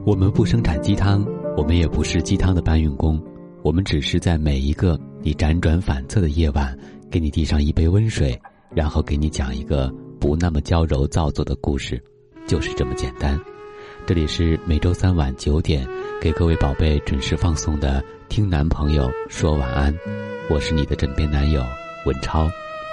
我们不生产鸡汤，我们也不是鸡汤的搬运工，我们只是在每一个你辗转反侧的夜晚，给你递上一杯温水，然后给你讲一个不那么娇柔造作的故事，就是这么简单。这里是每周三晚9点给各位宝贝准时放送的听男朋友说晚安，我是你的枕边男友文超。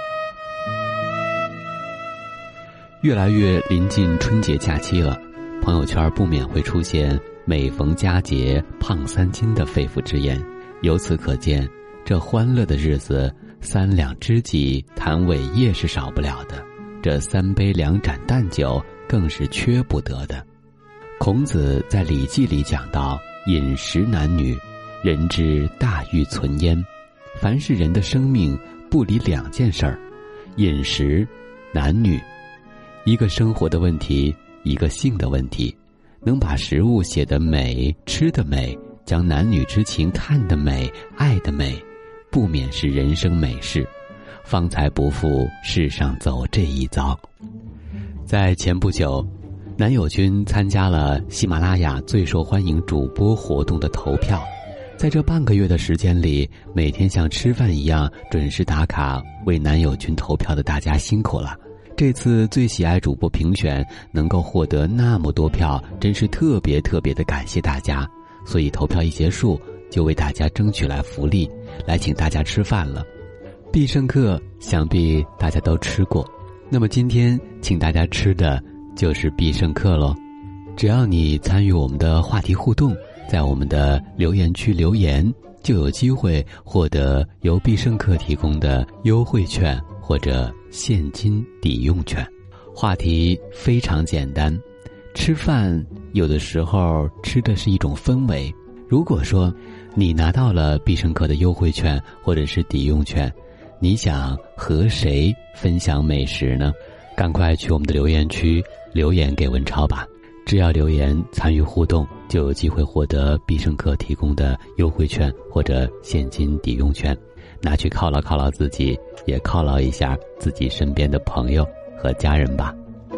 越来越临近春节假期了，朋友圈不免会出现每逢佳节胖3斤的肺腑之言，由此可见，这欢乐的日子3两知己谈伟业是少不了的，这3杯2盏淡酒更是缺不得的。孔子在《礼记》里讲到，饮食男女，人之大欲存焉。凡是人的生命不离2件事儿，饮食、男女。一个生活的问题，一个性的问题，能把食物写得美，吃得美，将男女之情看得美，爱得美，不免是人生美事，方才不负世上走这一遭。在前不久，男友君参加了喜马拉雅最受欢迎主播活动的投票，在这半个月的时间里，每天像吃饭一样准时打卡为男友君投票的大家辛苦了。这次最喜爱主播评选能够获得那么多票，真是特别的感谢大家，所以投票一结束就为大家争取来福利，来请大家吃饭了。必胜客想必大家都吃过，那么今天请大家吃的就是必胜客咯。只要你参与我们的话题互动，在我们的留言区留言，就有机会获得由必胜客提供的优惠券或者现金抵用券。话题非常简单，吃饭有的时候吃的是一种氛围。如果说你拿到了必胜客的优惠券或者是抵用券，你想和谁分享美食呢？赶快去我们的留言区留言给文超吧，只要留言参与互动，就有机会获得必胜客提供的优惠券或者现金抵用券，拿去犒劳自己，也犒劳一下自己身边的朋友和家人吧。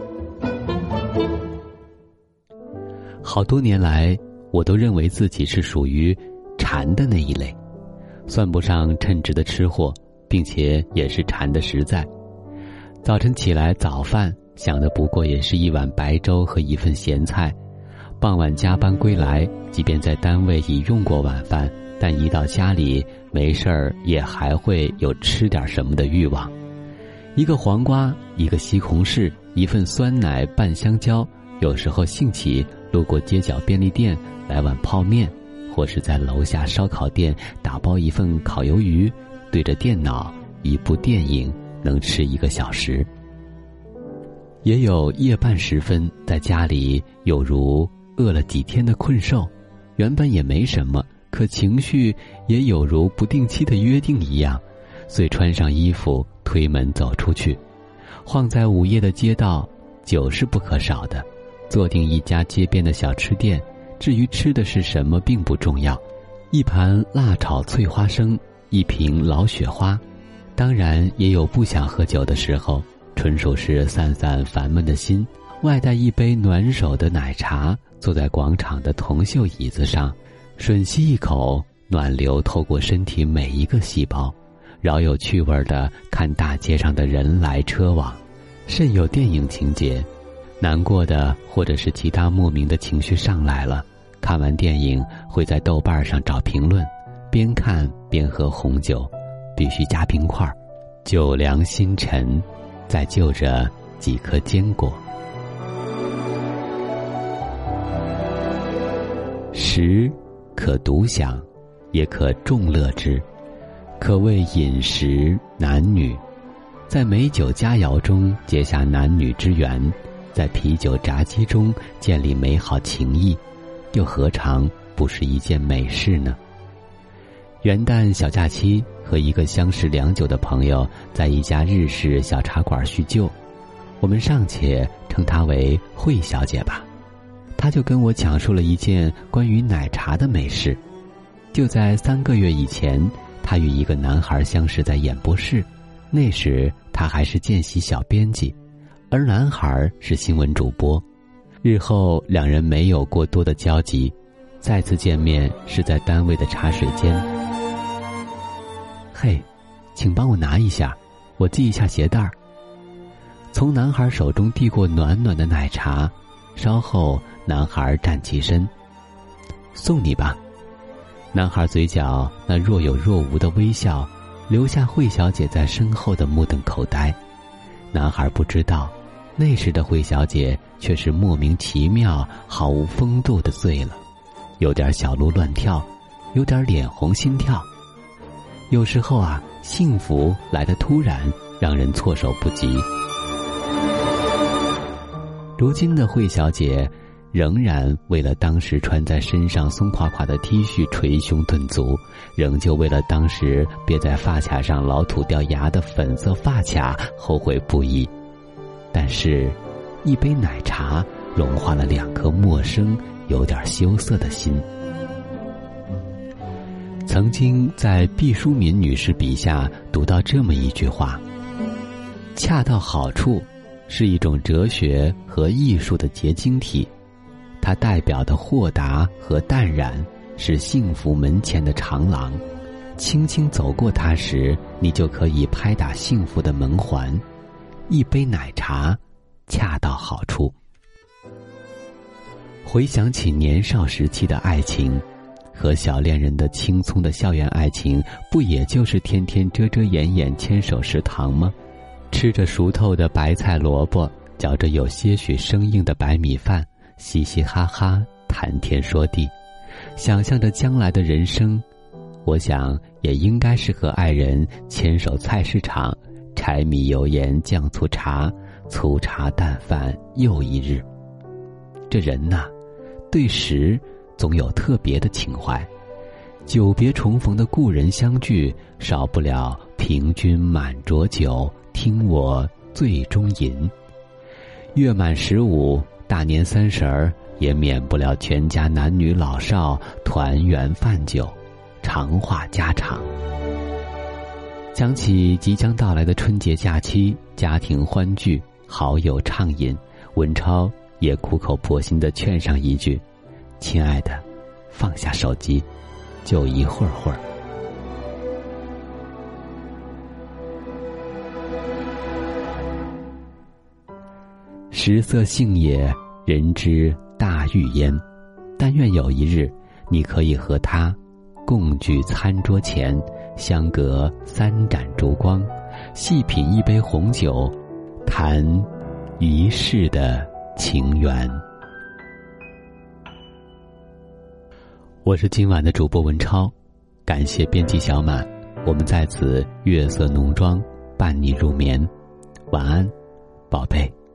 好多年来，我都认为自己是属于馋的那一类，算不上称职的吃货，并且也是馋的实在。早晨起来早饭想的不过也是一碗白粥和一份咸菜，傍晚加班归来，即便在单位已用过晚饭，但一到家里没事儿也还会有吃点什么的欲望。一个黄瓜，一个西红柿，一份酸奶拌香蕉，有时候兴起路过街角便利店来碗泡面，或是在楼下烧烤店打包一份烤鱿鱼，对着电脑一部电影能吃1个小时。也有夜半时分在家里有如饿了几天的困兽，原本也没什么，可情绪也有如不定期的约定一样，遂穿上衣服推门走出去。晃在午夜的街道，酒是不可少的，坐定一家街边的小吃店，至于吃的是什么并不重要，一盘辣炒脆花生，一瓶老雪花。当然也有不想喝酒的时候，纯属是散散烦闷的心，外带一杯暖手的奶茶，坐在广场的铜锈椅子上，吮吸一口，暖流透过身体每一个细胞，饶有趣味地看大街上的人来车往，甚有电影情节。难过的或者是其他莫名的情绪上来了，看完电影会在豆瓣上找评论，边看边喝红酒，必须加冰块，酒凉心沉，再就着几颗坚果。食可独享，也可众乐之，可谓饮食男女。在美酒佳肴中结下男女之缘，在啤酒炸鸡中建立美好情谊，又何尝不是一件美事呢？元旦小假期，和一个相识良久的朋友在一家日式小茶馆叙旧，我们尚且称她为惠小姐吧。她就跟我讲述了一件关于奶茶的美事。就在3个月以前，她与一个男孩相识在演播室，那时她还是见习小编辑，而男孩是新闻主播。 日后两人没有过多的交集，再次见面是在单位的茶水间。嘿，请帮我拿一下，我系一下鞋带儿。从男孩手中递过暖暖的奶茶，稍后男孩站起身，送你吧。男孩嘴角那若有若无的微笑，留下惠小姐在身后的目瞪口呆。男孩不知道，那时的惠小姐却是莫名其妙、毫无风度的醉了，有点小鹿乱跳，有点脸红心跳。有时候啊，幸福来得突然，让人措手不及。如今的惠小姐仍然为了当时穿在身上松垮垮的 T 恤捶胸顿足，仍旧为了当时别在发卡上老土掉牙的粉色发卡后悔不已。但是一杯奶茶融化了两颗陌生有点羞涩的心。曾经在毕淑敏女士笔下读到这么一句话：恰到好处是一种哲学和艺术的结晶体，它代表的豁达和淡然是幸福门前的长廊，轻轻走过它时，你就可以拍打幸福的门环。一杯奶茶恰到好处。回想起年少时期的爱情，和小恋人的青葱的校园爱情，不也就是天天遮遮掩掩牵手食堂吗？吃着熟透的白菜萝卜，嚼着有些许生硬的白米饭，嘻嘻哈哈谈天说地，想象着将来的人生。我想也应该是和爱人牵手菜市场，柴米油盐酱醋茶，粗茶淡饭又一日。这人呐，对食总有特别的情怀。久别重逢的故人相聚，少不了凭君满酌酒，听我醉中吟。月满15，大年30，也免不了全家男女老少团圆饭酒，长话家常。想起即将到来的春节假期，家庭欢聚，好友畅饮，文超也苦口婆心地劝上一句：亲爱的，放下手机，就一会儿。食色性也，人之大欲焉。但愿有一日，你可以和他共聚餐桌前，相隔3盏烛光，细品一杯红酒，谈一世的情缘。我是今晚的主播文超，感谢编辑小马，我们在此月色浓妆伴你入眠，晚安，宝贝。